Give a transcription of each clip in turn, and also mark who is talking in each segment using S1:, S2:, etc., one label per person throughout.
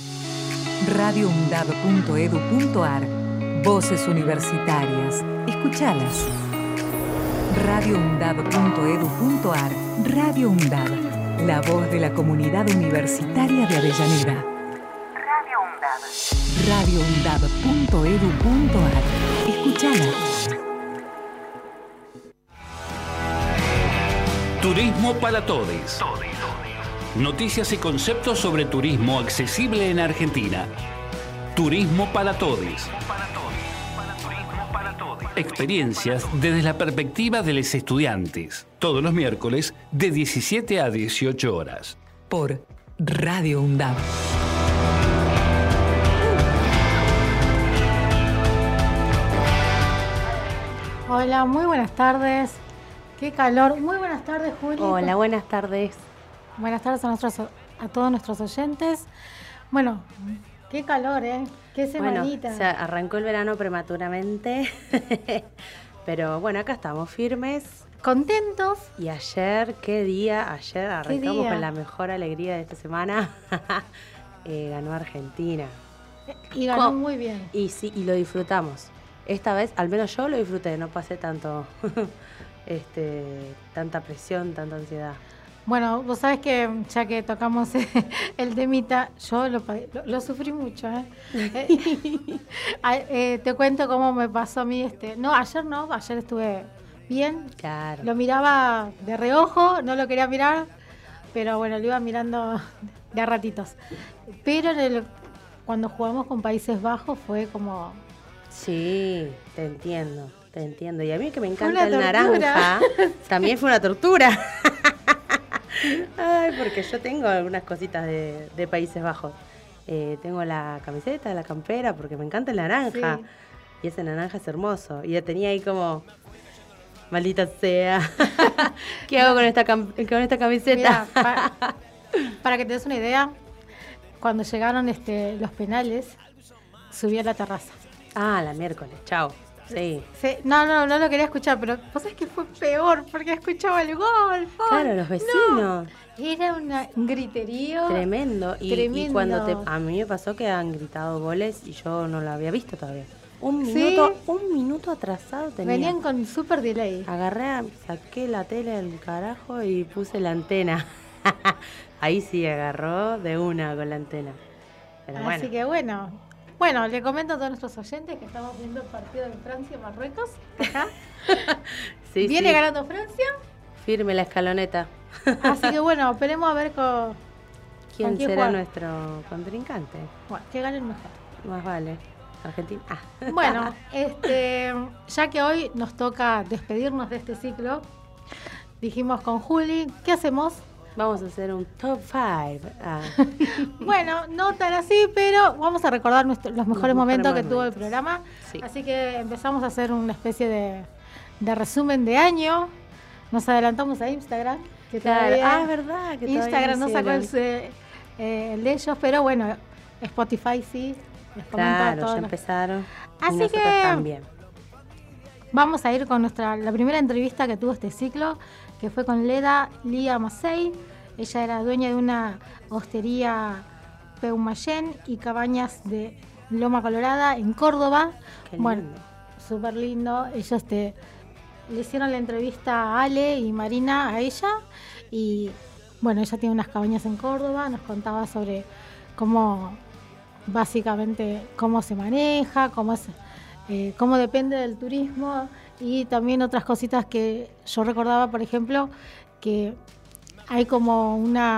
S1: radioundab.edu.ar. Voces universitarias. Escuchalas. radioundab.edu.ar. Radio Undab, la voz de la comunidad universitaria de Avellaneda. Radio Undab. radioundab.edu.ar. Escuchala.
S2: Turismo para todes. Noticias y conceptos sobre turismo accesible en Argentina. Turismo para todes. Experiencias desde la perspectiva de los estudiantes. Todos los miércoles de 17 a 18 horas.
S1: Por Radio Undab.
S3: Hola, muy buenas tardes. Qué calor. Muy buenas tardes, Juli.
S4: Hola, buenas tardes.
S3: Buenas tardes a todos nuestros oyentes. Bueno, qué calor, ¿eh? Qué semanita.
S4: Bueno, se arrancó el verano prematuramente, pero bueno, acá estamos firmes.
S3: Contentos.
S4: Y ayer, ayer arrancamos con la mejor alegría de esta semana. Ganó Argentina.
S3: Y ganó muy bien.
S4: Y sí, y lo disfrutamos. Esta vez, al menos yo lo disfruté, no pasé tanto, tanta presión, tanta ansiedad.
S3: Bueno, vos sabés que ya que tocamos el temita, yo lo sufrí mucho, ¿eh? Te cuento cómo me pasó a mí ayer estuve bien.
S4: Claro.
S3: Lo miraba de reojo, no lo quería mirar, pero bueno, lo iba mirando de a ratitos. Pero cuando jugamos con Países Bajos fue como...
S4: Sí, te entiendo. Y a mí que me encanta el naranja, también fue una tortura. Ay, porque yo tengo algunas cositas de Países Bajos. Tengo la camiseta, la campera, porque me encanta el naranja. Sí. Y ese naranja es hermoso. Y ya tenía ahí como, maldita sea, ¿qué hago con esta camiseta?
S3: Mirá, para que te des una idea, cuando llegaron los penales, subí a la terraza.
S4: Ah, la miércoles, chao. Sí.
S3: No lo quería escuchar, pero vos sabés que fue peor porque escuchaba el gol.
S4: Claro, los vecinos.
S3: No. Era un griterío.
S4: Tremendo. Y cuando a mí me pasó que han gritado goles y yo no lo había visto todavía. Un minuto atrasado tenía.
S3: Venían con super delay.
S4: Saqué la tele del carajo y puse la antena. Ahí sí agarró de una con la antena. Pero
S3: así que bueno. Bueno, le comento a todos nuestros oyentes que estamos viendo el partido de Francia-Marruecos. Acá.
S4: Sí,
S3: Viene ganando Francia.
S4: Firme la escaloneta.
S3: Así que bueno, esperemos a ver
S4: quién será nuestro contrincante.
S3: Bueno, que gane el mejor.
S4: Más vale. Argentina.
S3: Bueno, ya que hoy nos toca despedirnos de este ciclo, dijimos con Juli, ¿qué hacemos?
S4: Vamos a hacer un top 5.
S3: Bueno, no tan así, pero vamos a recordar los mejores momentos que tuvo el programa. Sí. Así que empezamos a hacer una especie de resumen de año. Nos adelantamos a Instagram. Que todavía,
S4: es verdad. Que
S3: Instagram no sacó el de ellos, pero bueno, Spotify sí.
S4: Claro, ya empezaron.
S3: Así que también. Vamos a ir con la primera entrevista que tuvo este ciclo, que fue con Leda Lía Macei. Ella era dueña de una hostería Peumayén y cabañas de Loma Colorada en Córdoba.
S4: Qué lindo.
S3: Bueno, súper lindo. Ellos le hicieron la entrevista a Ale y Marina a ella. Y bueno, ella tiene unas cabañas en Córdoba. Nos contaba sobre básicamente cómo se maneja, cómo depende del turismo y también otras cositas que yo recordaba, por ejemplo, que hay como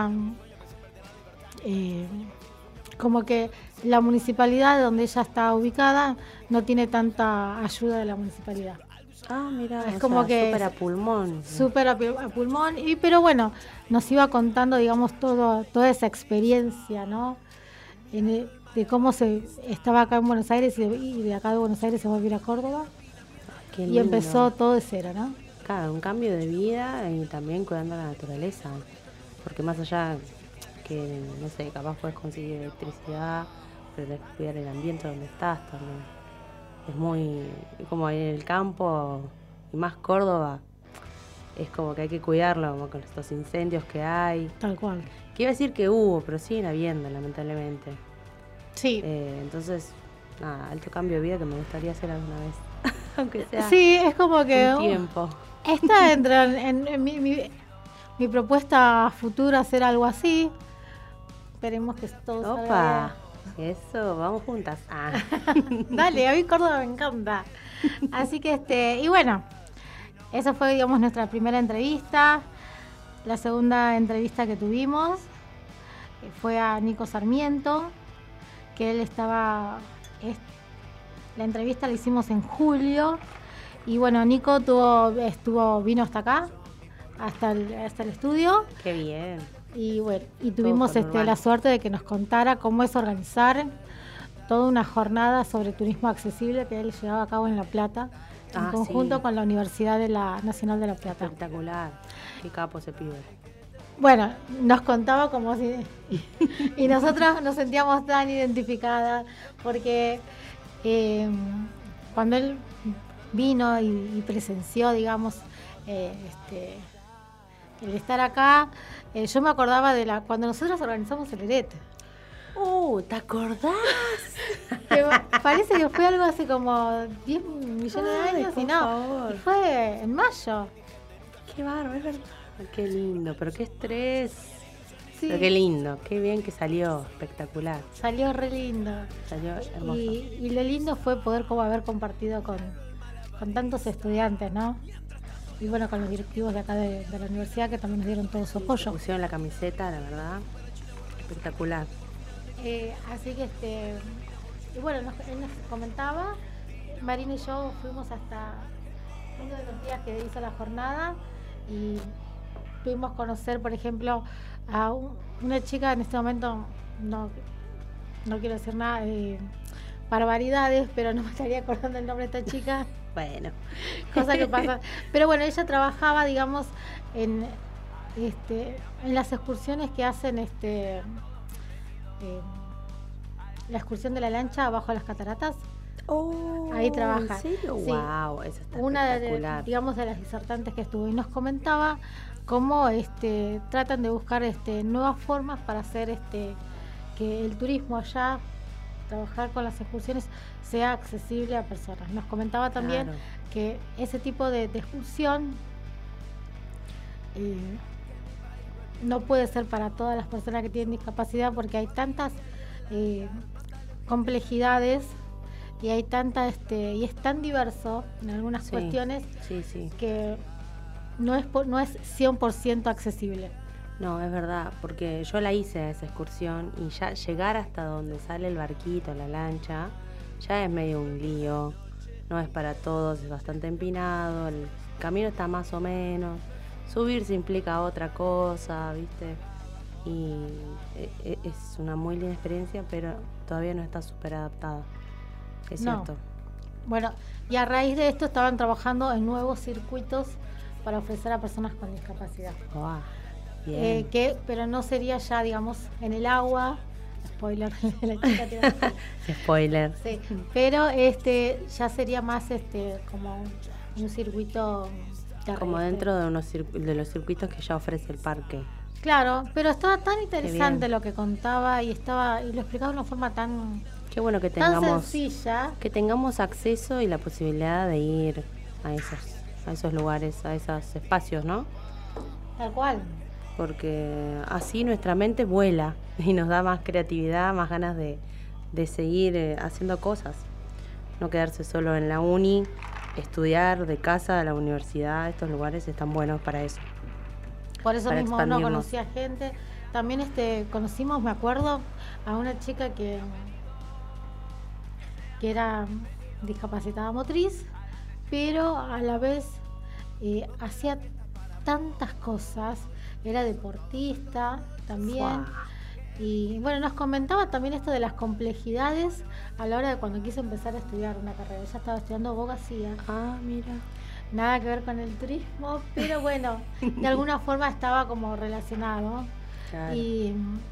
S3: como que la municipalidad donde ella está ubicada no tiene tanta ayuda de la municipalidad.
S4: Ah, mira,
S3: es como que
S4: súper a pulmón.
S3: Súper a pulmón, pero bueno, nos iba contando, digamos, toda esa experiencia, ¿no? De cómo se estaba acá en Buenos Aires y de acá de Buenos Aires se volvió a Córdoba.
S4: Qué
S3: y empezó todo de cero, ¿no?
S4: Claro, un cambio de vida y también cuidando la naturaleza. Porque más allá que, no sé, capaz puedes conseguir electricidad, pero tenés que cuidar el ambiente donde estás también. Es muy, como en el campo, y más Córdoba, es como que hay que cuidarlo, como con estos incendios que hay.
S3: Tal cual.
S4: Que iba a decir que hubo, pero siguen habiendo, lamentablemente.
S3: Sí.
S4: Entonces, nada, alto cambio de vida que me gustaría hacer alguna vez. Aunque sea
S3: Sí, es como que
S4: un tiempo.
S3: esta entra en mi propuesta futura, hacer algo así. Esperemos que todo salga
S4: Opa, eso, vamos juntas.
S3: bien. Dale, a mí Córdoba me encanta. Así que y bueno, esa fue, digamos, nuestra primera entrevista. La segunda entrevista que tuvimos fue a Nico Sarmiento, que él estaba... La entrevista la hicimos en julio y bueno, Nico vino hasta acá, hasta el estudio.
S4: Qué bien.
S3: Y bueno, y tuvimos la suerte de que nos contara cómo es organizar toda una jornada sobre turismo accesible que él llevaba a cabo en La Plata, en conjunto con la Universidad Nacional de La Plata.
S4: Espectacular. Qué capo ese pibe.
S3: Bueno, nos contaba como si... y nosotros nos sentíamos tan identificadas porque cuando él vino y presenció, digamos, el estar acá, yo me acordaba de cuando nosotros organizamos el ERET.
S4: ¿Te acordás?
S3: Que parece que fue algo hace como 10 millones de años y no.
S4: Favor.
S3: Y fue en mayo.
S4: Qué bárbaro, es verdad. Qué lindo, pero qué estrés.
S3: Sí.
S4: Pero qué lindo, qué bien que salió, espectacular.
S3: Salió re lindo.
S4: Salió hermoso.
S3: Y lo lindo fue poder como haber compartido con tantos estudiantes, ¿no? Y bueno, con los directivos de acá de la universidad que también nos dieron todo su apoyo.
S4: Pusieron la camiseta, la verdad, espectacular.
S3: Así que y bueno, él nos comentaba, Marina y yo fuimos hasta uno de los días que hizo la jornada y pudimos conocer, por ejemplo, a una chica, en este momento no quiero decir nada de barbaridades, pero no me estaría acordando el nombre de esta chica.
S4: Bueno,
S3: Cosa que pasa. Pero bueno, ella trabajaba, digamos, en las excursiones que hacen la excursión de la lancha abajo de las cataratas. Ahí trabaja.
S4: ¿En serio?
S3: Sí.
S4: Wow, eso está
S3: Una
S4: espectacular.
S3: digamos, de las disertantes que estuvo y nos comentaba cómo tratan de buscar nuevas formas para hacer que el turismo allá, trabajar con las excursiones, sea accesible a personas. Nos comentaba también
S4: Claro.
S3: que ese tipo de excursión no puede ser para todas las personas que tienen discapacidad porque hay tantas complejidades y hay y es tan diverso en algunas
S4: Sí,
S3: cuestiones
S4: sí.
S3: que no es 100% accesible.
S4: No, es verdad, porque yo la hice a esa excursión y ya llegar hasta donde sale el barquito, la lancha, ya es medio un lío, no es para todos, es bastante empinado, el camino está más o menos, subirse implica otra cosa, ¿viste? Y es una muy linda experiencia, pero todavía no está súper adaptada, es
S3: No.
S4: cierto.
S3: Bueno, y a raíz de esto estaban trabajando en nuevos circuitos para ofrecer a personas con discapacidad.
S4: Wow, bien.
S3: Pero no sería ya, digamos, en el agua, spoiler, la chica tiene-
S4: Spoiler.
S3: sí, pero ya sería más como un circuito terrestre.
S4: Como dentro de de los circuitos que ya ofrece el parque.
S3: Claro, pero estaba tan interesante
S4: bien.
S3: lo que contaba y lo explicaba de una forma tan
S4: Qué bueno que
S3: tan
S4: tengamos
S3: sencilla.
S4: que tengamos acceso y la posibilidad de ir a esos lugares, a esos espacios, ¿no?
S3: Tal cual.
S4: Porque así nuestra mente vuela y nos da más creatividad, más ganas de seguir haciendo cosas. No quedarse solo en la uni, estudiar de casa a la universidad, estos lugares están buenos para eso.
S3: Por eso
S4: Para
S3: mismo no
S4: expandirnos.
S3: conocía gente. También conocimos, me acuerdo, a una chica que era discapacitada motriz, pero a la vez hacía tantas cosas, era deportista también.
S4: Fua.
S3: Y bueno, nos comentaba también esto de las complejidades a la hora de cuando quiso empezar a estudiar una carrera. Ella estaba estudiando abogacía.
S4: Ah, mira.
S3: Nada que ver con el turismo, pero bueno, de alguna forma estaba como relacionado.
S4: Claro.
S3: Y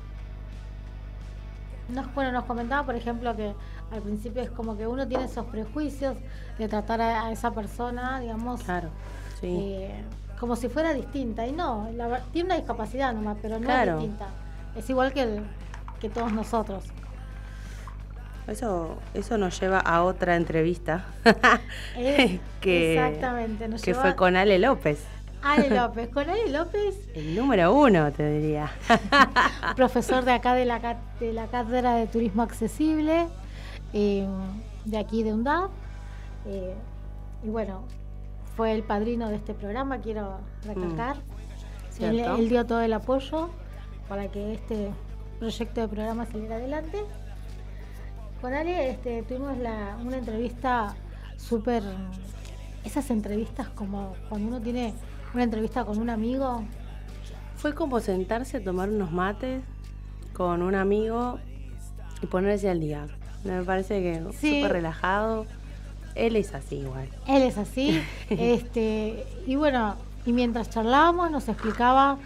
S3: nos comentaba, por ejemplo, que al principio es como que uno tiene esos prejuicios de tratar a esa persona, digamos,
S4: Claro, sí.
S3: como si fuera distinta. Y no, tiene una discapacidad nomás, pero no
S4: Claro.
S3: es distinta. Es igual que todos nosotros.
S4: eso nos lleva a otra entrevista.
S3: Exactamente.
S4: Que fue con Ale López.
S3: Ale López, con Ale López.
S4: El número 1, te diría.
S3: Profesor de acá de la Cátedra de Turismo Accesible, de aquí de UNDAB. Y bueno, fue el padrino de este programa, quiero recalcar. Él dio todo el apoyo para que este proyecto de programa saliera adelante. Con Ale tuvimos una entrevista súper... Esas entrevistas como cuando uno tiene una entrevista con un amigo.
S4: Fue como sentarse a tomar unos mates con un amigo y ponerse al día. Me parece que súper relajado. Él es así igual.
S3: Él es así. Y bueno, y mientras charlábamos nos explicaba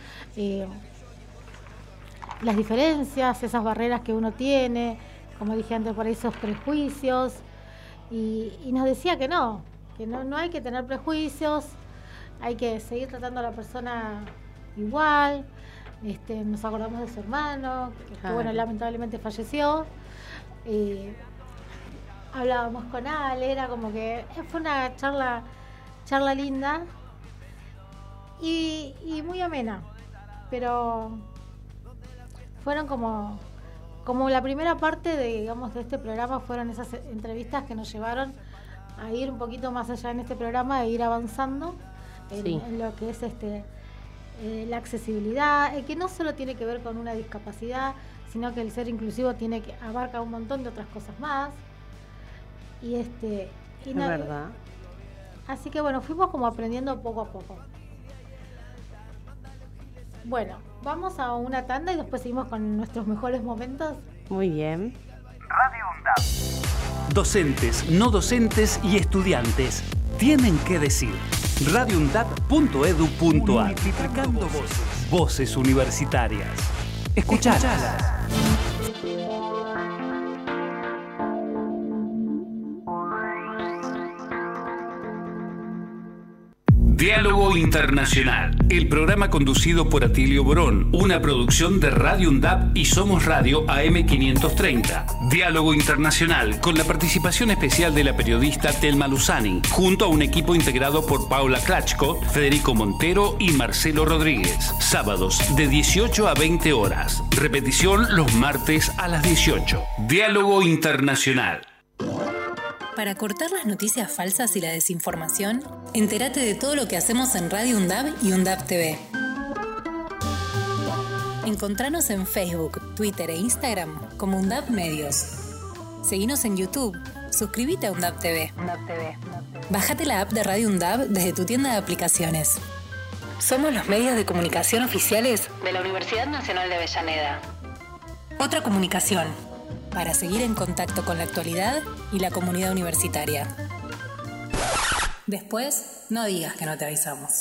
S3: las diferencias, esas barreras que uno tiene, como dije antes, por ahí esos prejuicios. Y nos decía que no hay que tener prejuicios, hay que seguir tratando a la persona igual. Nos acordamos de su hermano, que bueno, lamentablemente falleció. Hablábamos con Ale, era como que fue una charla linda y muy amena, pero fueron como la primera parte de este programa, fueron esas entrevistas que nos llevaron a ir un poquito más allá en este programa e ir avanzando en lo que es la accesibilidad, que no solo tiene que ver con una discapacidad, sino que el ser inclusivo abarca un montón de otras cosas más. Es verdad. Así que bueno, fuimos como aprendiendo poco a poco. Bueno, vamos a una tanda y después seguimos con nuestros mejores momentos.
S4: Muy bien.
S2: Radio UNDAB. Docentes, no docentes y estudiantes tienen que decir. radioundab.edu.ar. Multiplicando voces. Voces universitarias. Escuchalas. Diálogo Internacional, el programa conducido por Atilio Borón, una producción de Radio UNDAB y Somos Radio AM530. Diálogo Internacional, con la participación especial de la periodista Telma Luzani, junto a un equipo integrado por Paula Klachko, Federico Montero y Marcelo Rodríguez. Sábados de 18 a 20 horas. Repetición los martes a las 18. Diálogo Internacional.
S5: Para cortar las noticias falsas y la desinformación, entérate de todo lo que hacemos en Radio UNDAB y UNDAB TV. Encontranos en Facebook, Twitter e Instagram como UNDAB Medios. Seguinos en YouTube. Suscríbete a UNDAB TV. Bájate la app de Radio UNDAB desde tu tienda de aplicaciones. Somos los medios de comunicación oficiales de la Universidad Nacional de Avellaneda. Otra comunicación, para seguir en contacto con la actualidad y la comunidad universitaria. Después, no digas que no te avisamos.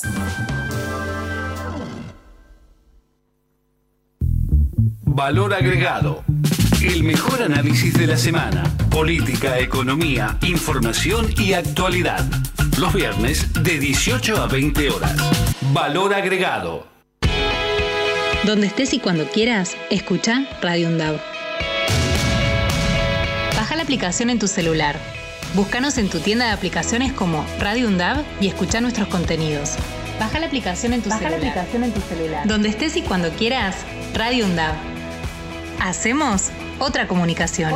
S2: Valor agregado. El mejor análisis de la semana. Política, economía, información y actualidad. Los viernes de 18 a 20 horas. Valor agregado.
S5: Donde estés y cuando quieras, escucha Radio UNDAB. Baja la aplicación en tu celular. Búscanos en tu tienda de aplicaciones como Radio UNDAB y escucha nuestros contenidos. Baja la aplicación en tu celular. Donde estés y cuando quieras, Radio UNDAB. Hacemos otra comunicación.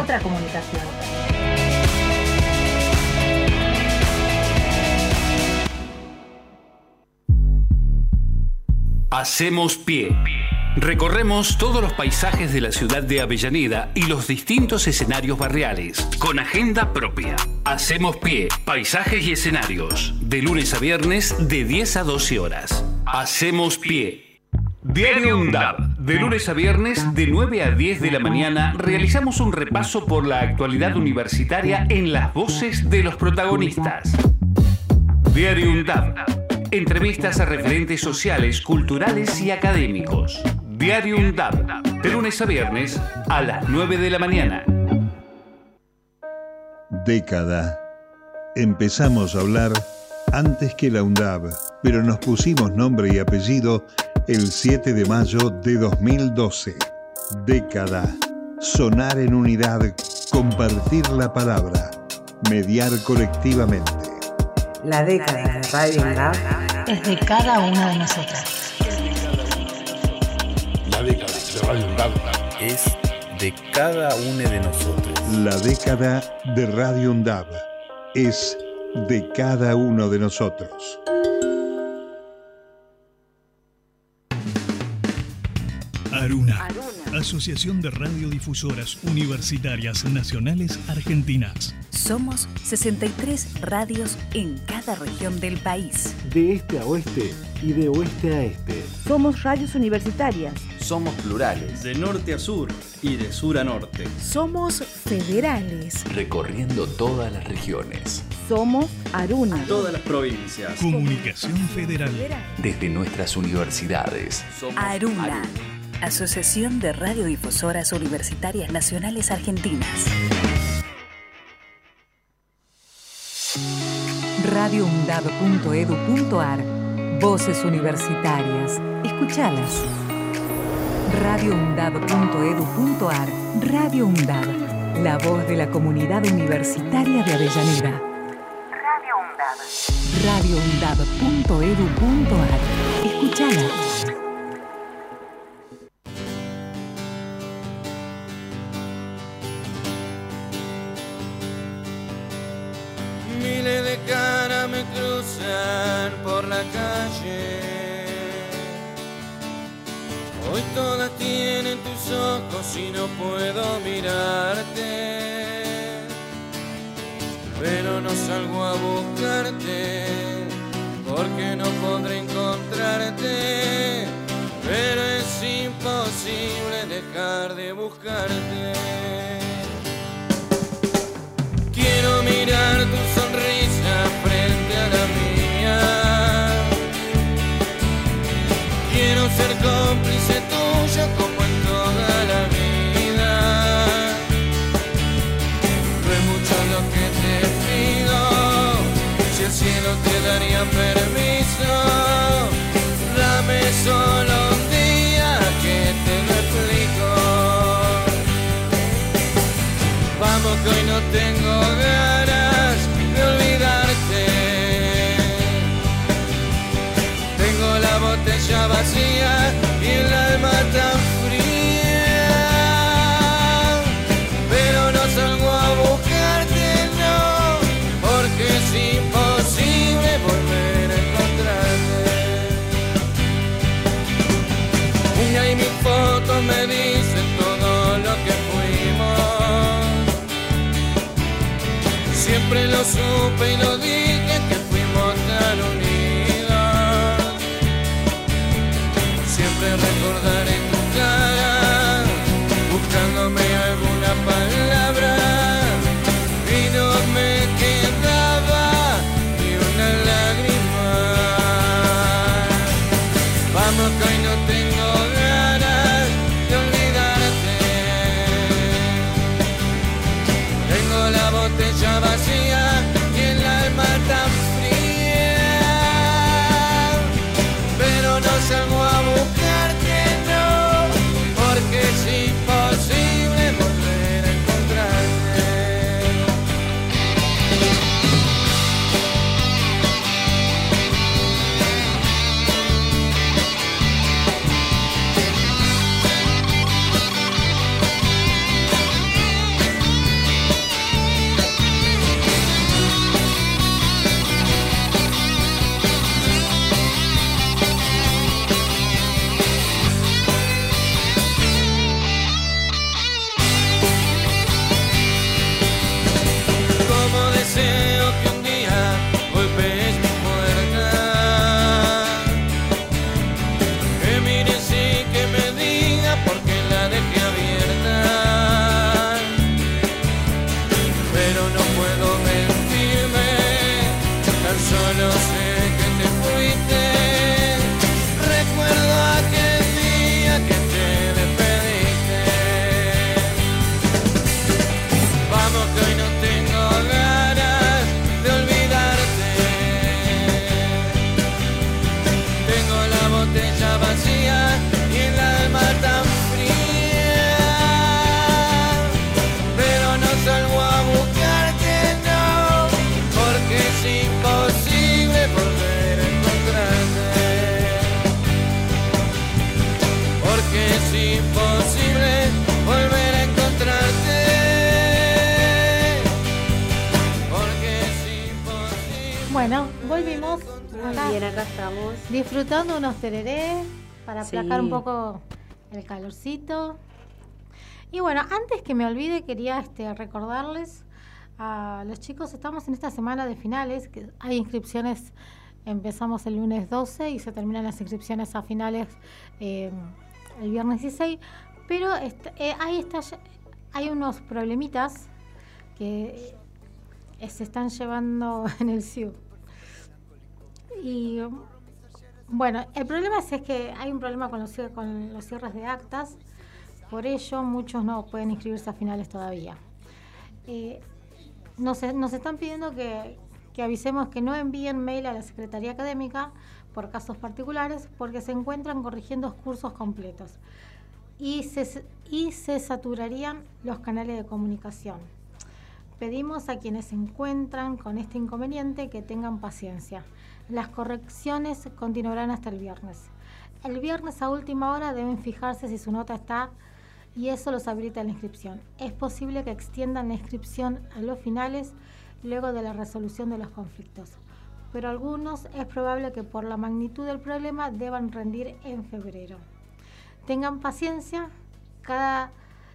S2: Hacemos pie. Recorremos todos los paisajes de la ciudad de Avellaneda y los distintos escenarios barriales, con agenda propia. Hacemos pie, paisajes y escenarios, de lunes a viernes de 10 a 12 horas. Hacemos pie. Diario UNDAB, de lunes a viernes de 9 a 10 de la mañana, realizamos un repaso por la actualidad universitaria en las voces de los protagonistas. Diario UNDAB. Entrevistas a referentes sociales, culturales y académicos. Diario UNDAB, de lunes a viernes a las 9 de la mañana.
S6: Década. Empezamos a hablar antes que la UNDAB, pero nos pusimos nombre y apellido el 7 de mayo de 2012. Década. Sonar en unidad Compartir la palabra. Mediar colectivamente.
S4: La década de Radio UNDAB
S5: Es de cada una de nosotras.
S2: La década de Radio UNDAB
S7: Es de cada uno de nosotros.
S6: La década de Radio UNDAB es de cada uno de nosotros.
S8: Aruna, Asociación de Radiodifusoras Universitarias Nacionales Argentinas.
S1: Somos 63 radios en cada región del país.
S9: De este a oeste y de oeste a este.
S10: Somos radios universitarias.
S7: Somos plurales.
S11: De norte a sur y de sur a norte.
S10: Somos federales.
S2: Recorriendo todas las regiones.
S10: Somos Aruna.
S11: Todas las provincias.
S8: Comunicación Federal.
S2: Desde nuestras universidades.
S1: Aruna, Asociación de Radiodifusoras Universitarias Nacionales Argentinas. radioundab.edu.ar. Voces universitarias. Escuchalas. radioundab.edu.ar. Radio UNDAB, la voz de la comunidad universitaria de Avellaneda. Radio UNDAB. radioundab.edu.ar. Escuchalas.
S12: Miles de caras me cruzan por la calle. Hoy todas tienen tus ojos y no puedo mirarte. Pero no salgo a buscarte porque no podré encontrarte. Pero es imposible dejar de buscarte. Quiero mirar tu sonrisa frente a la mía. Quiero ser cómplice tuyo como en toda la vida. No es mucho lo que te pido, si el cielo te daría permiso. Dame solo un día que te lo explico. Vamos que hoy no tengo ganas de olvidarte. Tengo la botella vacía y el alma tan fría. Pero no salgo a buscarte, no, porque es imposible volver a encontrarte. Y ahí mi foto me dice todo lo que fuimos. Siempre lo supe y lo dije que fuimos tan unidos. Siempre recordaré tu cara, buscándome alguna palabra. Y no me quedaba ni una lágrima. Vamos que hoy no tengo ganas de olvidarte. Tengo la botella vacía y el alma
S4: Bien, acá estamos.
S3: Disfrutando unos tererés para aplacar
S4: Sí.
S3: un poco el calorcito. Y bueno, antes que me olvide, quería recordarles a los chicos, estamos en esta semana de finales, que hay inscripciones, empezamos el lunes 12 y se terminan las inscripciones a finales el viernes 16, pero hay unos problemitas que se están llevando en el CIU. Y bueno, el problema es que hay un problema con los cierres de actas, por ello muchos no pueden inscribirse a finales todavía. Nos están pidiendo que avisemos que no envíen mail a la Secretaría Académica por casos particulares, porque se encuentran corrigiendo cursos completos y se saturarían los canales de comunicación. Pedimos a quienes se encuentran con este inconveniente que tengan paciencia. Las correcciones continuarán hasta el viernes. El viernes a última hora deben fijarse si su nota está y eso los habilita la inscripción. Es posible que extiendan la inscripción a los finales luego de la resolución de los conflictos, pero algunos es probable que por la magnitud del problema deban rendir en febrero. Tengan paciencia, cada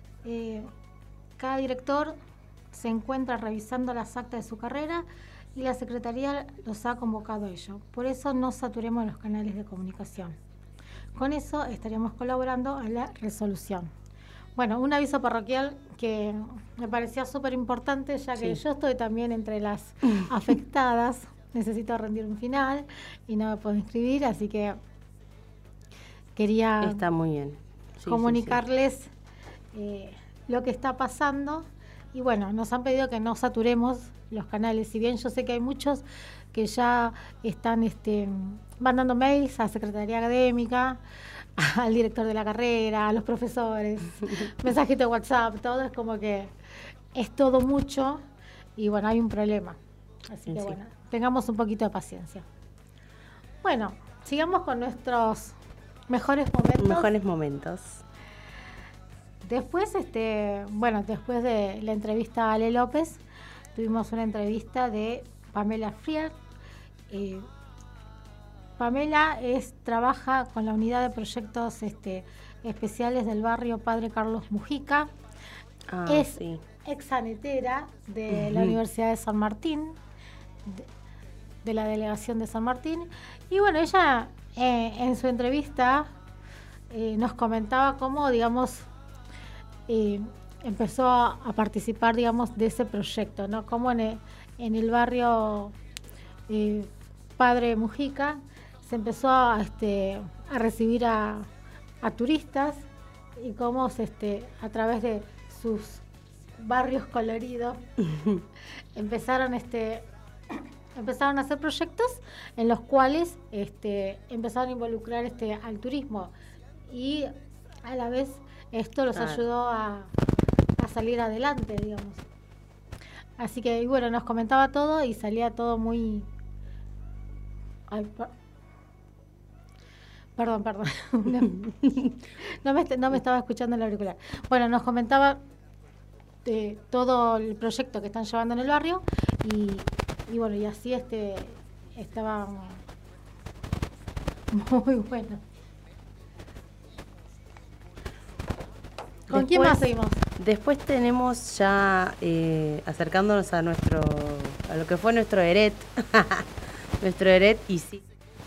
S3: director se encuentra revisando las actas de su carrera y la Secretaría los ha convocado a ello. Por eso no saturemos los canales de comunicación. Con eso estaríamos colaborando a la resolución. Bueno, un aviso parroquial que me parecía súper importante, ya que yo estoy también entre las afectadas. Necesito rendir un final y no me puedo inscribir, así que quería
S4: Está muy bien.
S3: comunicarles lo que está pasando. Y bueno, nos han pedido que no saturemos los canales. Si bien yo sé que hay muchos que ya están mandando mails a la Secretaría Académica, al director de la carrera, a los profesores, mensajitos de WhatsApp, todo es como que es todo mucho y bueno, hay un problema. Así que bueno, tengamos un poquito de paciencia. Bueno, sigamos con nuestros mejores momentos.
S4: Mejores momentos.
S3: Después, después de la entrevista a Ale López, tuvimos una entrevista de Pamela Frier. Pamela trabaja con la unidad de proyectos especiales del barrio Padre Carlos Mujica. Es exanetera de la Universidad de San Martín, de la delegación de San Martín. Y bueno, ella en su entrevista nos comentaba cómo, digamos, empezó a participar, digamos, de ese proyecto, ¿no? Cómo en el barrio Padre Mujica se empezó a recibir a turistas y cómo a través de sus barrios coloridos empezaron a hacer proyectos en los cuales empezaron a involucrar al turismo y a la vez esto los ayudó a salir adelante, digamos. Así que bueno, nos comentaba todo y salía todo muy... Ay, perdón. No me estaba escuchando en el auricular. Bueno, nos comentaba todo el proyecto que están llevando en el barrio y bueno, y así estaba muy bueno. ¿Con quién más seguimos?
S4: Después tenemos ya acercándonos a lo que fue nuestro ERET. Nuestro ERET, y sí.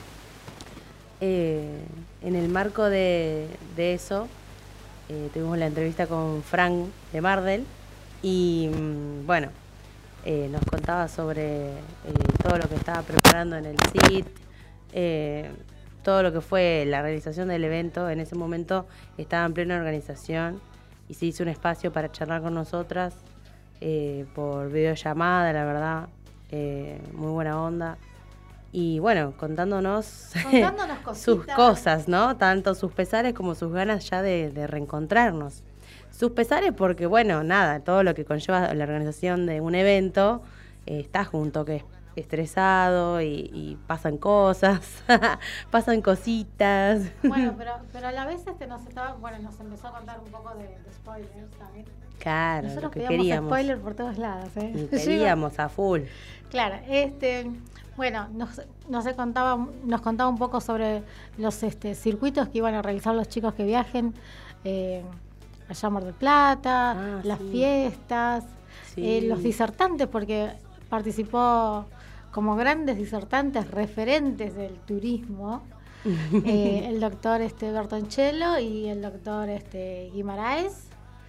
S4: En el marco de eso, tuvimos la entrevista con Frank de Mardel y bueno, nos contaba sobre todo lo que estaba preparando en el CIT, todo lo que fue la realización del evento. En ese momento estaba en plena organización y se hizo un espacio para charlar con nosotras por videollamada, la verdad, muy buena onda. Y bueno, contándonos sus cosas, ¿no? Tanto sus pesares como sus ganas ya de reencontrarnos. Sus pesares porque, bueno, nada, todo lo que conlleva la organización de un evento está junto, que estresado y pasan cosas, pasan cositas.
S3: Bueno, pero a la vez nos empezó a contar un poco de spoilers también.
S4: Claro,
S3: Nosotros
S4: lo que
S3: pedíamos
S4: queríamos.
S3: spoiler por todos lados, ¿eh?
S4: Y queríamos a full.
S3: Claro, bueno, nos contaba un poco sobre los circuitos que iban a realizar los chicos que viajen allá a Mar del Plata, las fiestas, los disertantes, porque participó como grandes disertantes referentes del turismo, el doctor Bertoncello y el doctor Guimaraes.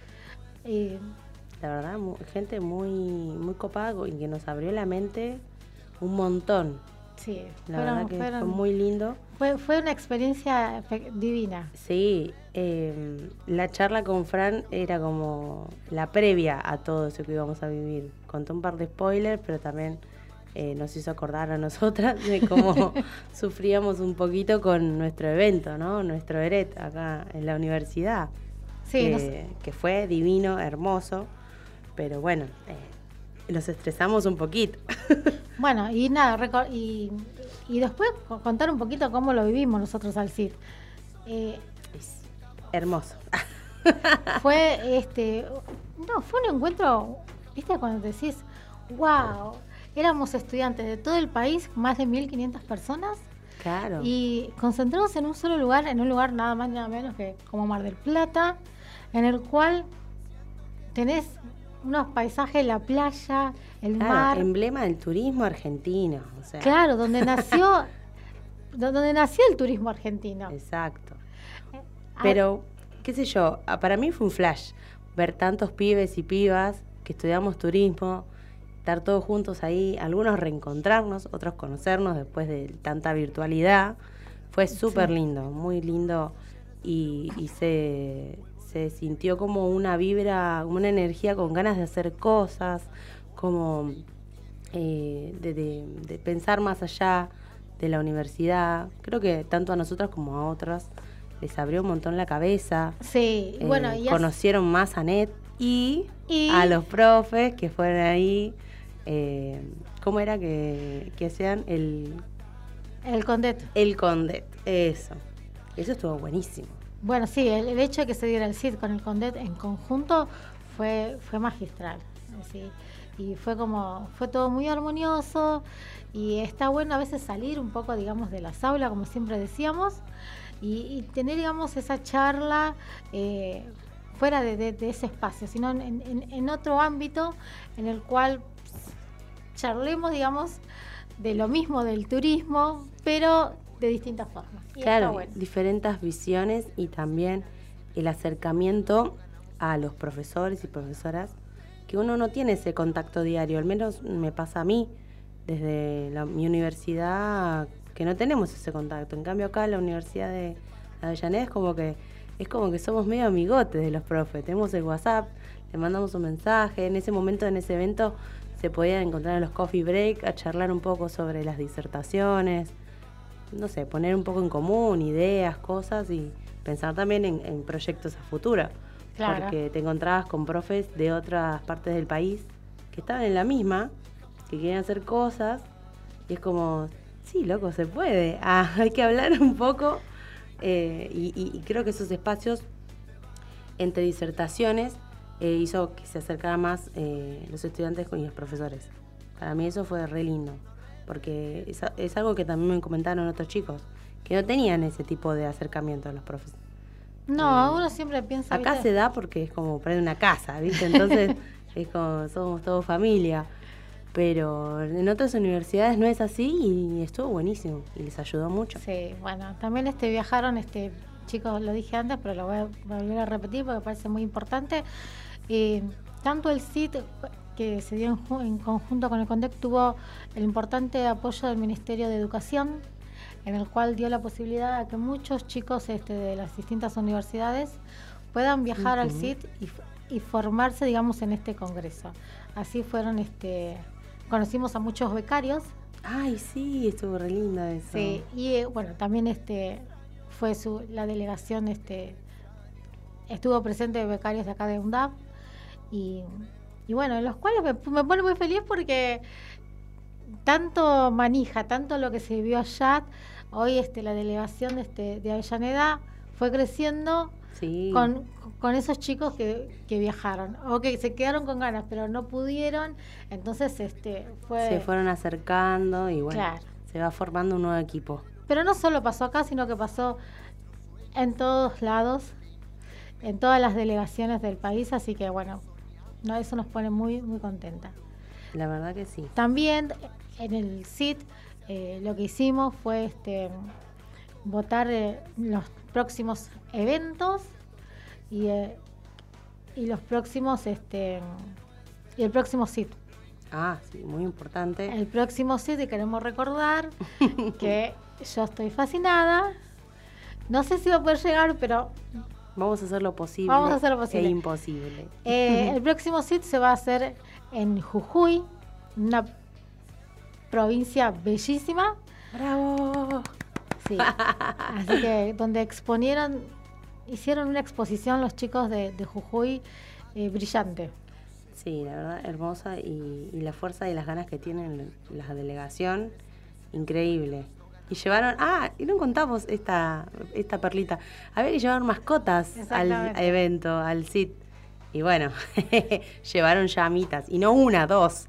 S4: La verdad, gente muy copada y que nos abrió la mente un montón.
S3: Sí,
S4: la verdad que fue muy lindo.
S3: Fue una experiencia divina.
S4: Sí, la charla con Fran era como la previa a todo eso que íbamos a vivir. Contó un par de spoilers, pero también nos hizo acordar a nosotras de cómo sufríamos un poquito con nuestro evento, ¿no? Nuestro ERET acá en la universidad.
S3: Sí,
S4: que fue divino, hermoso, pero bueno, nos estresamos un poquito.
S3: Bueno, y nada, y después contar un poquito cómo lo vivimos nosotros al CIT.
S4: Es hermoso.
S3: Fue fue un encuentro, ¿viste? Cuando decís, wow, éramos estudiantes de todo el país, más de 1.500 personas.
S4: Claro.
S3: Y concentrados en un solo lugar, en un lugar nada más nada menos que como Mar del Plata, en el cual tenés unos paisajes, la playa, el mar.
S4: Emblema del turismo argentino. O sea.
S3: Claro, donde nació el turismo argentino.
S4: Exacto. Pero, qué sé yo, para mí fue un flash ver tantos pibes y pibas que estudiamos turismo, estar todos juntos ahí, algunos reencontrarnos, otros conocernos después de tanta virtualidad. Fue súper lindo, muy lindo, y se sintió como una vibra, como una energía con ganas de hacer cosas, como de pensar más allá de la universidad. Creo que tanto a nosotras como a otras les abrió un montón la cabeza.
S3: Sí, bueno,
S4: conocieron más a Net y a los profes que fueron ahí. ¿Cómo era que hacían el
S3: Condet?
S4: El Condet, eso estuvo buenísimo.
S3: Bueno, sí, el hecho de que se diera el CIT con el Condet en conjunto fue magistral, ¿sí? Y fue todo muy armonioso, y está bueno a veces salir un poco, digamos, de las aulas, como siempre decíamos, y tener, digamos, esa charla fuera de ese espacio, sino en otro ámbito en el cual charlemos, digamos, de lo mismo del turismo, pero de distintas formas. Y
S4: claro,
S3: bueno.
S4: Diferentes visiones, y también el acercamiento a los profesores y profesoras, que uno no tiene ese contacto diario, al menos me pasa a mí, desde mi universidad, que no tenemos ese contacto. En cambio acá en la Universidad de Avellaneda es como que somos medio amigotes de los profes, tenemos el WhatsApp, le mandamos un mensaje, en ese momento, en ese evento, se podían encontrar en los coffee break a charlar un poco sobre las disertaciones, no sé, poner un poco en común ideas, cosas, y pensar también en proyectos a futuro. Claro. Porque te encontrabas con profes de otras partes del país que estaban en la misma, que querían hacer cosas, y es como, sí, loco, se puede. Hay que hablar un poco, y creo que esos espacios entre disertaciones hizo que se acercaran más los estudiantes con los profesores. Para mí eso fue re lindo, porque es algo que también me comentaron otros chicos, que no tenían ese tipo de acercamiento a los profes.
S3: No, uno siempre piensa...
S4: Acá se da porque es como poner una casa, ¿viste? Entonces es como somos todos familia, pero en otras universidades no es así, y estuvo buenísimo y les ayudó mucho.
S3: Sí, bueno, también viajaron, chicos, lo dije antes, pero lo voy a volver a repetir porque me parece muy importante. Tanto el CIT, que se dio en conjunto con el CONDEC, tuvo el importante apoyo del Ministerio de Educación, en el cual dio la posibilidad a que muchos chicos de las distintas universidades puedan viajar al CIT y formarse, digamos, en este congreso. Así fueron, conocimos a muchos becarios.
S4: Ay, sí, estuvo re linda eso.
S3: Sí, y bueno, también fue la delegación, estuvo presente de becarios de acá de UNDAB, y bueno, en los cuales me pone muy feliz porque tanto manija, tanto lo que se vio allá, hoy la delegación de Avellaneda fue creciendo con esos chicos que viajaron o que se quedaron con ganas pero no pudieron, entonces se
S4: fueron acercando y bueno,
S3: claro,
S4: se va formando un nuevo equipo.
S3: Pero no solo pasó acá, sino que pasó en todos lados, en todas las delegaciones del país, así que bueno, eso nos pone muy, muy contenta.
S4: La verdad que sí.
S3: También en el CIT lo que hicimos fue votar los próximos eventos y los próximos y el próximo CIT.
S4: Ah, sí, muy importante.
S3: El próximo CIT, y queremos recordar que yo estoy fascinada. No sé si va a poder llegar, pero
S4: vamos a hacer lo posible.
S3: Vamos a hacer lo posible.
S4: E imposible.
S3: El próximo CIT se va a hacer en Jujuy, una provincia bellísima.
S4: ¡Bravo!
S3: Sí. Así que donde hicieron una exposición los chicos de Jujuy brillante.
S4: Sí, la verdad, hermosa y la fuerza y las ganas que tienen la delegación, increíble. Y llevaron, y no contamos esta perlita, había que llevar mascotas al evento, al CIT. Y bueno, llevaron llamitas, y no una, 2.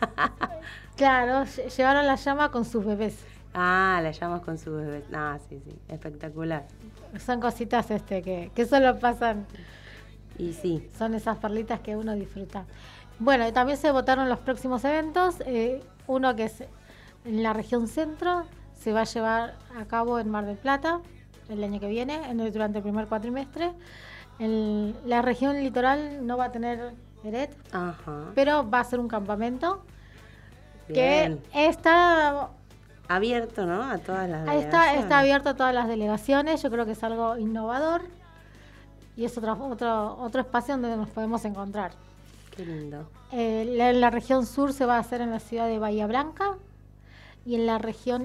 S3: Claro, llevaron la llama con sus bebés.
S4: Las llamas con sus bebés. Sí, espectacular.
S3: Son cositas que solo pasan.
S4: Y sí.
S3: Son esas perlitas que uno disfruta. Bueno, y también se votaron los próximos eventos. Uno que es en la región centro, se va a llevar a cabo en Mar del Plata el año que viene, durante el primer cuatrimestre. En la región litoral no va a tener Eret, pero va a ser un campamento. Bien. Que está
S4: abierto, ¿no? A todas las delegaciones.
S3: Está abierto a todas las delegaciones. Yo creo que es algo innovador. Y es otro espacio donde nos podemos encontrar.
S4: Qué lindo.
S3: En la región sur se va a hacer en la ciudad de Bahía Blanca. Y en la región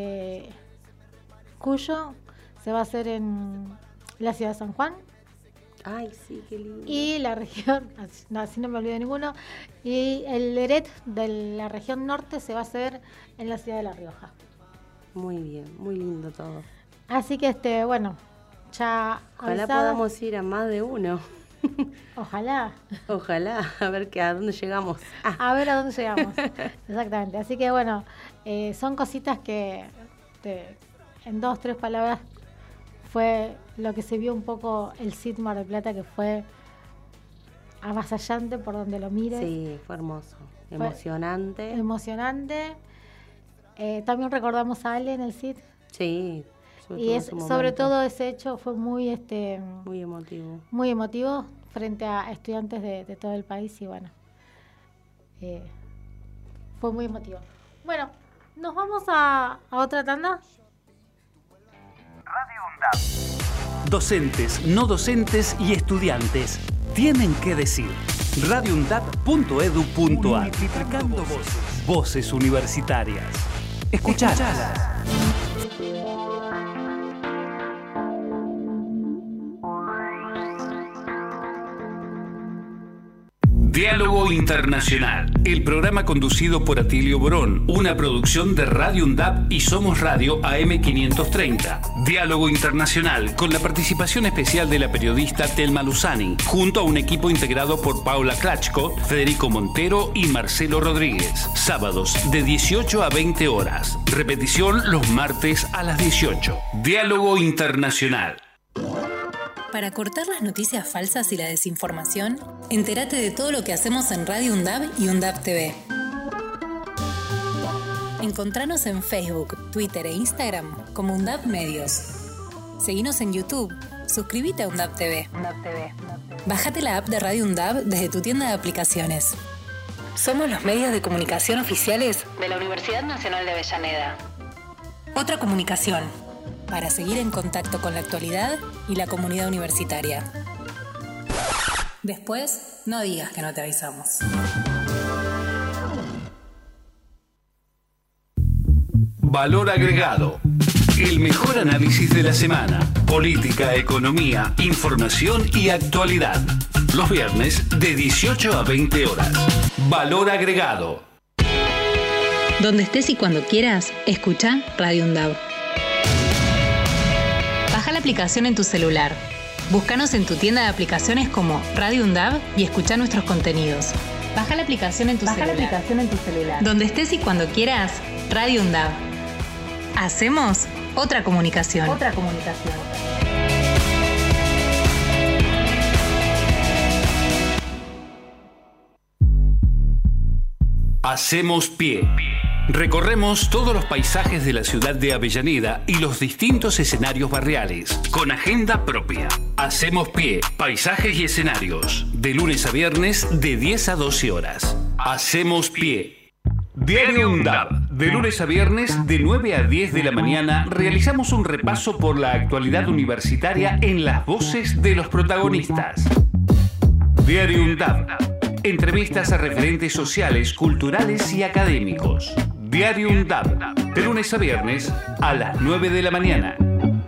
S3: Cuyo se va a hacer en la ciudad de San Juan.
S4: Ay, sí, qué lindo.
S3: Y la región, así no me olvido de ninguno. Y el Eret de la región norte se va a hacer en la ciudad de La Rioja.
S4: Muy bien, muy lindo todo.
S3: Así que bueno, ya
S4: ojalá podamos ir a más de uno.
S3: Ojalá,
S4: a ver a dónde llegamos.
S3: A ver a dónde llegamos. Exactamente. Así que bueno, son cositas que en 2, 3 palabras fue lo que se vio un poco el CIT Mar del Plata, que fue avasallante por donde lo mires.
S4: Sí, fue hermoso, emocionante.
S3: También recordamos a Ale en el CIT.
S4: Sí.
S3: Y sobre todo ese hecho fue muy
S4: muy
S3: emotivo frente a estudiantes de todo el país y bueno, fue muy emotivo. Bueno, nos vamos a otra tanda.
S2: Radio UNDAB. Docentes, no docentes y estudiantes tienen que decir. radioundab.edu.ar. Multiplicando voces. Voces universitarias. Escuchalas. Diálogo Internacional, el programa conducido por Atilio Borón, una producción de Radio UNDAB y Somos Radio AM530. Diálogo Internacional, con la participación especial de la periodista Telma Luzani, junto a un equipo integrado por Paula Klachko, Federico Montero y Marcelo Rodríguez. Sábados de 18 a 20 horas. Repetición los martes a las 18. Diálogo Internacional.
S5: Para cortar las noticias falsas y la desinformación, entérate de todo lo que hacemos en Radio UNDAB y UNDAB TV. Encontranos en Facebook, Twitter e Instagram como UNDAB Medios. Seguinos en YouTube, suscríbete a UNDAB TV. Bájate la app de Radio UNDAB desde tu tienda de aplicaciones. Somos los medios de comunicación oficiales de la Universidad Nacional de Avellaneda. Otra comunicación, para seguir en contacto con la actualidad y la comunidad universitaria. Después, no digas que no te avisamos.
S2: Valor agregado. El mejor análisis de la semana. Política, economía, información y actualidad. Los viernes de 18 a 20 horas. Valor agregado.
S5: Donde estés y cuando quieras, escucha Radio UNDAV. Baja la aplicación en tu celular. Búscanos en tu tienda de aplicaciones como Radio UNDAV y escucha nuestros contenidos. Baja la aplicación en tu celular. Donde estés y cuando quieras, Radio UNDAV. Hacemos otra comunicación.
S2: Hacemos pie. Recorremos todos los paisajes de la ciudad de Avellaneda y los distintos escenarios barriales, con agenda propia. Hacemos pie, paisajes y escenarios, de lunes a viernes de 10 a 12 horas. Hacemos pie. Diario UNDAV. De lunes a viernes de 9 a 10 de la mañana realizamos un repaso por la actualidad universitaria en las voces de los protagonistas. Diario UNDAV. Entrevistas a referentes sociales, culturales y académicos. Diario UNDAV, de lunes a viernes a las 9 de la mañana.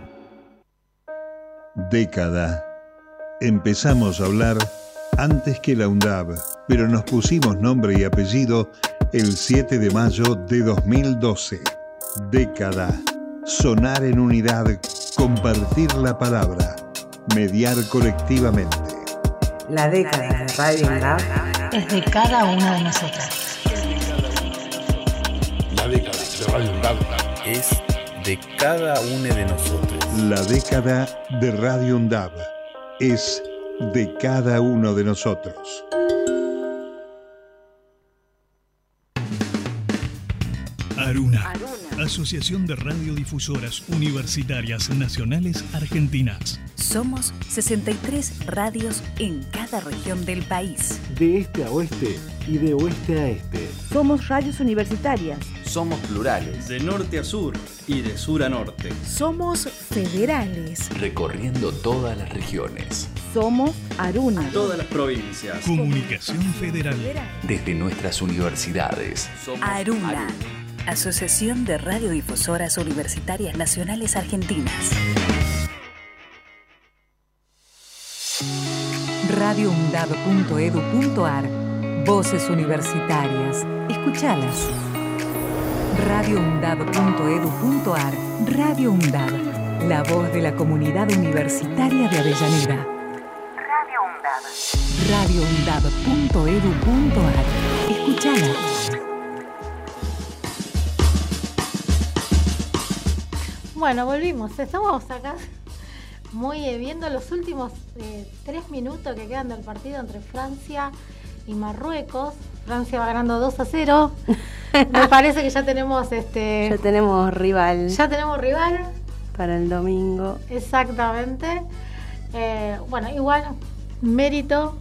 S6: Década. Empezamos a hablar antes que la UNDAV, pero nos pusimos nombre y apellido el 7 de mayo de 2012. Década. Sonar en unidad, compartir la palabra, mediar colectivamente.
S4: La década de Radio UNDAV
S5: es de cada uno de nosotros.
S7: La década de Radio UNDAV es de cada uno de nosotros.
S6: La década de Radio UNDAV es de cada uno de nosotros.
S8: Aruna, Asociación de Radiodifusoras Universitarias Nacionales Argentinas.
S10: Somos 63 radios en cada región del país.
S9: De este a oeste y de oeste a este.
S10: Somos radios universitarias.
S11: Somos plurales. De norte a sur y de sur a norte.
S10: Somos federales.
S2: Recorriendo todas las regiones.
S10: Somos Aruna.
S11: Todas las provincias.
S8: Comunicación Federal.
S2: Desde nuestras universidades.
S11: Somos
S10: Aruna. Asociación de Radiodifusoras Universitarias Nacionales Argentinas.
S1: radioundab.edu.ar. Voces universitarias. Escuchalas. radioundab.edu.ar. Radio UNDAV. La voz de la comunidad universitaria de Avellaneda. Radio UNDAV. radioundab.edu.ar. Escuchalas.
S3: Bueno, volvimos. Estamos acá viendo los últimos 3 minutos que quedan del partido entre Francia y Marruecos. Francia va ganando 2-0. Me parece que ya tenemos
S4: Ya tenemos rival. Para el domingo.
S3: Exactamente. Bueno, igual mérito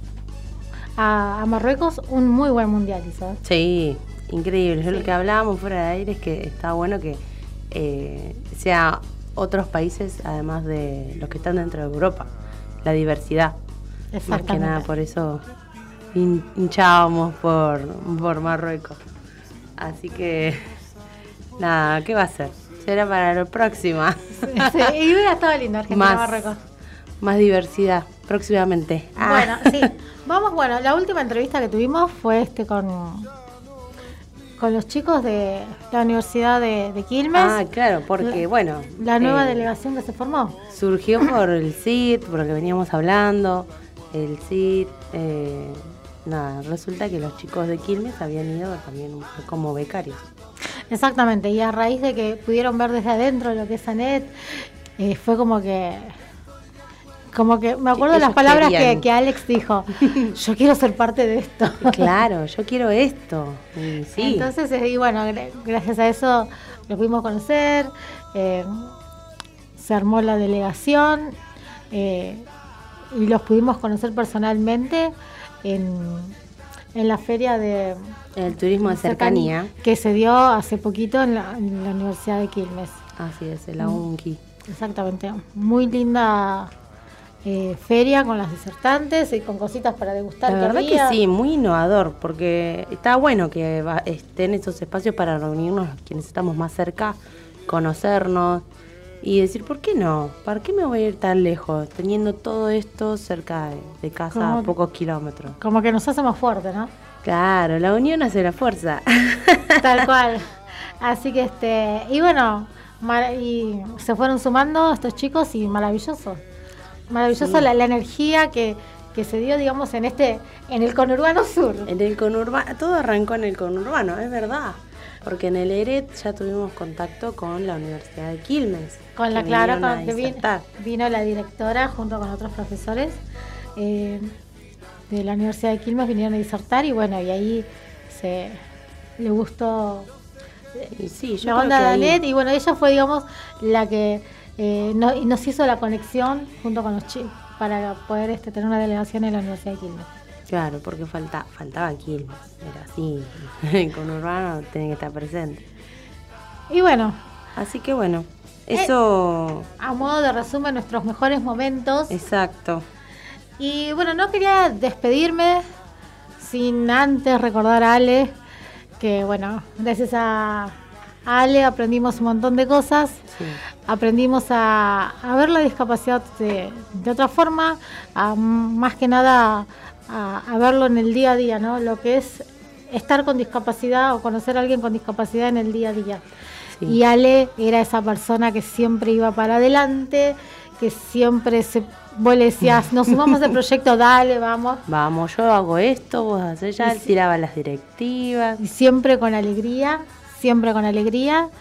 S3: a Marruecos, un muy buen mundial hizo.
S4: Sí, increíble. Lo que hablábamos fuera de aire es que está bueno que sea otros países, además de los que están dentro de Europa, la diversidad. Más que nada, por eso hinchábamos por Marruecos. Así que, nada, ¿qué va a ser? Será para la próxima.
S3: Sí, y hubiera estado lindo Argentina-Marruecos.
S4: Más diversidad, próximamente.
S3: Bueno, sí. Vamos, la última entrevista que tuvimos fue con los chicos de la Universidad de Quilmes.
S4: Ah, claro, porque
S3: la nueva delegación que se formó.
S4: Surgió por el CID, por lo que veníamos hablando, el CID. Resulta que los chicos de Quilmes habían ido también como becarios.
S3: Exactamente, y a raíz de que pudieron ver desde adentro lo que es ANET, fue como que me acuerdo de las palabras que Alex dijo: yo quiero ser parte de esto.
S4: Claro, yo quiero esto. Sí.
S3: Entonces, gracias a eso lo pudimos conocer, se armó la delegación y los pudimos conocer personalmente en la feria de
S4: el turismo de cercanía
S3: que se dio hace poquito en la Universidad de Quilmes.
S4: Así es, en la UNQUI.
S3: Exactamente, muy linda feria con las disertantes y con cositas para degustar.
S4: La verdad que sí, muy innovador, porque está bueno que estén esos espacios para reunirnos quienes estamos más cerca, conocernos y decir, ¿por qué no? ¿Para qué me voy a ir tan lejos teniendo todo esto cerca de casa, a pocos kilómetros?
S3: Como que nos hace más fuertes, ¿no?
S4: Claro, la unión hace la fuerza.
S3: Tal cual. Así que y bueno, y se fueron sumando estos chicos y maravilloso. Maravilloso
S4: Sí.
S3: la energía que se dio, digamos, en el conurbano sur.
S4: En el conurbano, todo arrancó en el conurbano, es verdad. Porque en el ERET ya tuvimos contacto con la Universidad de Quilmes.
S3: Con la
S4: que
S3: Clara,
S4: vinieron a
S3: con que
S4: disertar.
S3: vino la directora junto con otros profesores de la Universidad de Quilmes, vinieron a disertar y bueno, y ahí le gustó
S4: Y sí, yo
S3: la
S4: creo
S3: onda
S4: que
S3: de
S4: ahí-
S3: Anet y bueno, ella fue, digamos, la que nos hizo la conexión junto con los chicos para poder tener una delegación en la Universidad de Quilmes.
S4: Claro, porque faltaba Quilmes, era así. El conurbano tiene que estar presente.
S3: Y bueno,
S4: Así que bueno, eso...
S3: a modo de resumen, nuestros mejores momentos.
S4: Exacto.
S3: Y bueno, no quería despedirme sin antes recordar a Ale, que bueno, gracias a Ale aprendimos un montón de cosas,
S4: Sí.
S3: aprendimos a ver la discapacidad de otra forma, más que nada a verlo en el día a día, ¿no? Lo que es estar con discapacidad o conocer a alguien con discapacidad en el día a día.
S4: Sí.
S3: Y Ale era esa persona que siempre iba para adelante, que siempre vos le decías, nos sumamos al proyecto, dale, vamos.
S4: Vamos, yo hago esto, vos haces ya, él tiraba las directivas.
S3: Y siempre con alegría, siempre con alegría.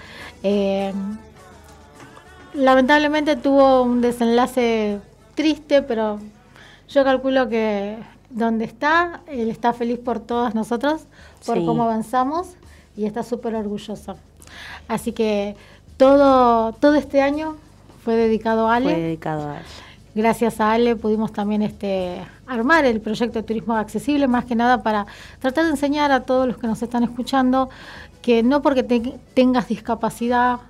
S3: Lamentablemente tuvo un desenlace triste, pero yo calculo que donde está, él está feliz por todos nosotros, por
S4: Sí.
S3: cómo avanzamos y está súper orgulloso. Así que todo este año fue dedicado a Ale.
S4: Fue dedicado a él.
S3: Gracias a Ale pudimos también armar el proyecto de turismo accesible, más que nada para tratar de enseñar a todos los que nos están escuchando que no porque tengas discapacidad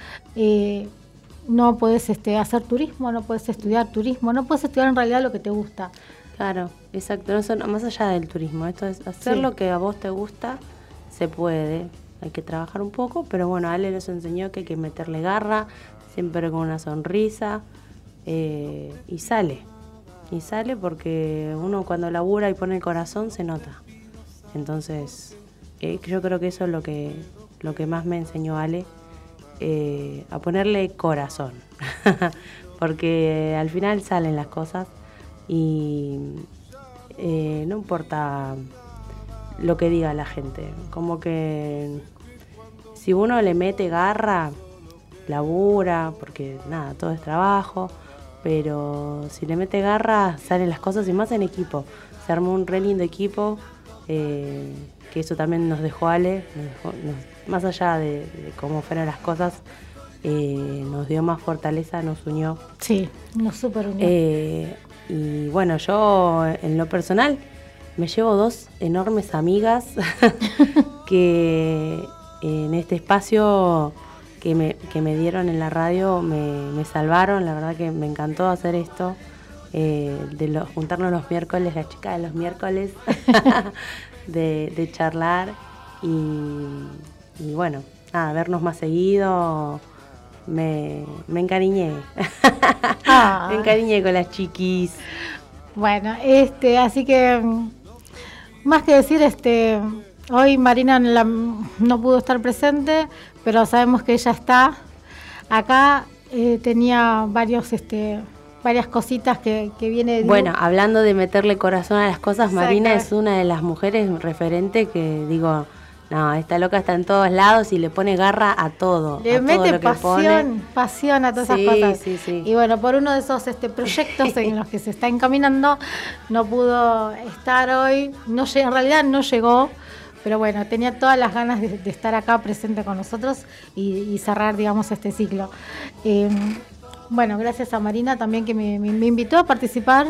S3: no puedes hacer turismo, no puedes estudiar turismo, no puedes estudiar en realidad lo que te gusta.
S4: Claro, exacto. No, más allá del turismo, esto es hacer
S3: Sí.
S4: lo que a vos te gusta, se puede. Hay que trabajar un poco, pero bueno, Ale nos enseñó que hay que meterle garra, siempre con una sonrisa, y sale. Y sale porque uno cuando labura y pone el corazón se nota. Entonces, yo creo que eso es lo que más me enseñó Ale, a ponerle corazón. Porque al final salen las cosas y no importa lo que diga la gente. Como que si uno le mete garra, labura, porque nada, todo es trabajo, pero si le mete garra salen las cosas y más en equipo. Se armó un re lindo equipo, que eso también nos dejó Ale, más allá de cómo fueron las cosas, nos dio más fortaleza, nos unió.
S3: Sí, nos super unió.
S4: Y bueno, yo en lo personal me llevo 2 enormes amigas que en este espacio que me dieron en la radio me salvaron. La verdad que me encantó hacer esto, juntarnos los miércoles, las chicas de los miércoles, de charlar y bueno, nada, vernos más seguido. Me encariñé.
S3: Ah.
S4: Me encariñé con las chiquis.
S3: Bueno, así que más que decir, hoy Marina no pudo estar presente, pero sabemos que ella está acá. Tenía varias cositas que viene.
S4: Bueno, hablando de meterle corazón a las cosas, Marina
S3: Exacto.
S4: es una de las mujeres referentes que digo, no, esta loca está en todos lados y le pone garra a todo.
S3: Le
S4: a todo
S3: mete
S4: lo que pone.
S3: pasión a todas
S4: Sí,
S3: esas cosas.
S4: sí, sí.
S3: Y bueno, por uno de esos proyectos en los que se está encaminando, no pudo estar hoy. En realidad no llegó, pero bueno, tenía todas las ganas de estar acá presente con nosotros y cerrar, digamos, este ciclo. Bueno, gracias a Marina también que me invitó a participar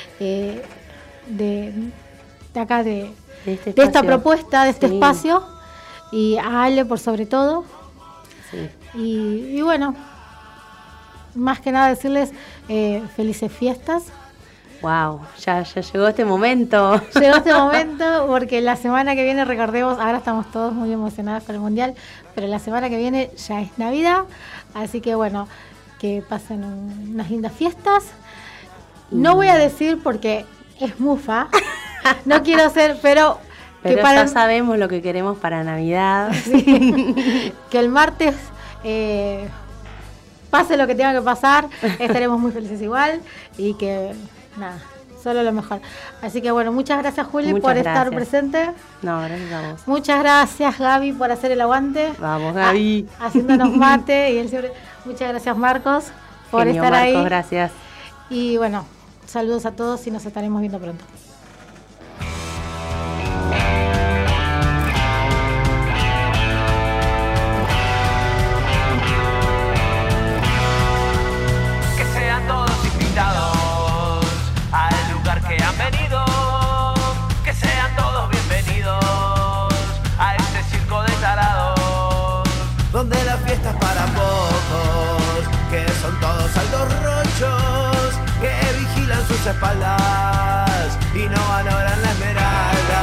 S3: de acá de esta propuesta, de este
S4: Sí.
S3: espacio, y a Ale por sobre todo.
S4: Sí.
S3: Y bueno, más que nada decirles felices fiestas.
S4: Wow, ya llegó este momento.
S3: Llegó este momento porque la semana que viene, recordemos, ahora estamos todos muy emocionados con el Mundial, pero la semana que viene ya es Navidad, así que bueno, que pasen unas lindas fiestas. No voy a decir porque es mufa, no quiero ser, pero
S4: Pero ya sabemos lo que queremos para Navidad.
S3: Sí. Que el martes pase lo que tenga que pasar, estaremos muy felices igual y que nada, solo lo mejor. Así que bueno, muchas gracias Juli por estar presente.
S4: No, gracias a vos.
S3: Muchas gracias Gaby por hacer el aguante.
S4: Vamos Gaby.
S3: Haciéndonos mate y él siempre. Muchas gracias Marcos por estar
S4: Marcos,
S3: ahí.
S4: Gracias.
S3: Y bueno, saludos a todos y nos estaremos viendo pronto.
S12: Que sean todos invitados al lugar que han venido, que sean todos bienvenidos a este circo de tarados, donde la fiesta es para pocos, que son todos altos rochos, que vigilan sus espaldas y no valoran la esmeralda.